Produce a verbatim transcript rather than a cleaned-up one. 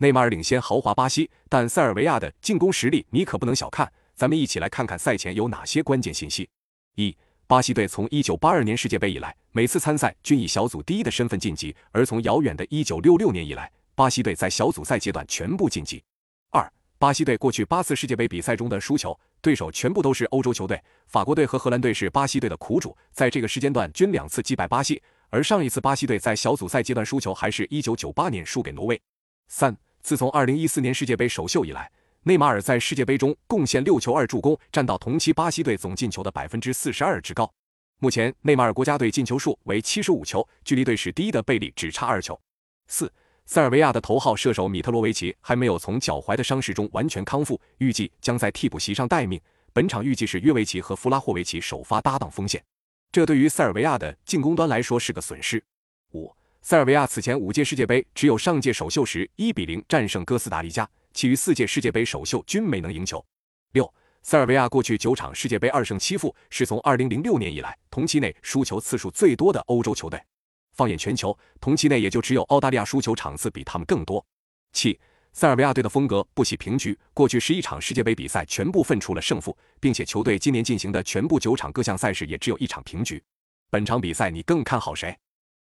内马尔领先豪华巴西，但塞尔维亚的进攻实力你可不能小看。咱们一起来看看赛前有哪些关键信息。一、巴西队从一九八二年世界杯以来，每次参赛均以小组第一的身份晋级，而从遥远的一九六六年以来，巴西队在小组赛阶段全部晋级。二、巴西队过去八次世界杯比赛中的输球，对手全部都是欧洲球队，法国队和荷兰队是巴西队的苦主，在这个时间段均两次击败巴西，而上一次巴西队在小组赛阶段输球还是一九九八年输给挪威。三、自从二零一四年世界杯首秀以来，内马尔在世界杯中贡献六球二助攻，占到同期巴西队总进球的 百分之四十二 之高。目前内马尔国家队进球数为七十五球，距离队史第一的贝利只差二球。四、塞尔维亚的头号射手米特罗维奇还没有从脚踝的伤势中完全康复，预计将在替补席上待命。本场预计是约维奇和弗拉霍维奇首发搭档锋线，这对于塞尔维亚的进攻端来说是个损失。五、塞尔维亚此前五届世界杯只有上届首秀时一比零战胜哥斯达黎加，其余四届世界杯首秀均没能赢球。六、塞尔维亚过去九场世界杯二胜七负，是从二零零六年以来同期内输球次数最多的欧洲球队。放眼全球，同期内也就只有澳大利亚输球场次比他们更多。七、塞尔维亚队的风格不喜平局，过去十一场世界杯比赛全部分出了胜负，并且球队今年进行的全部九场各项赛事也只有一场平局。本场比赛你更看好谁？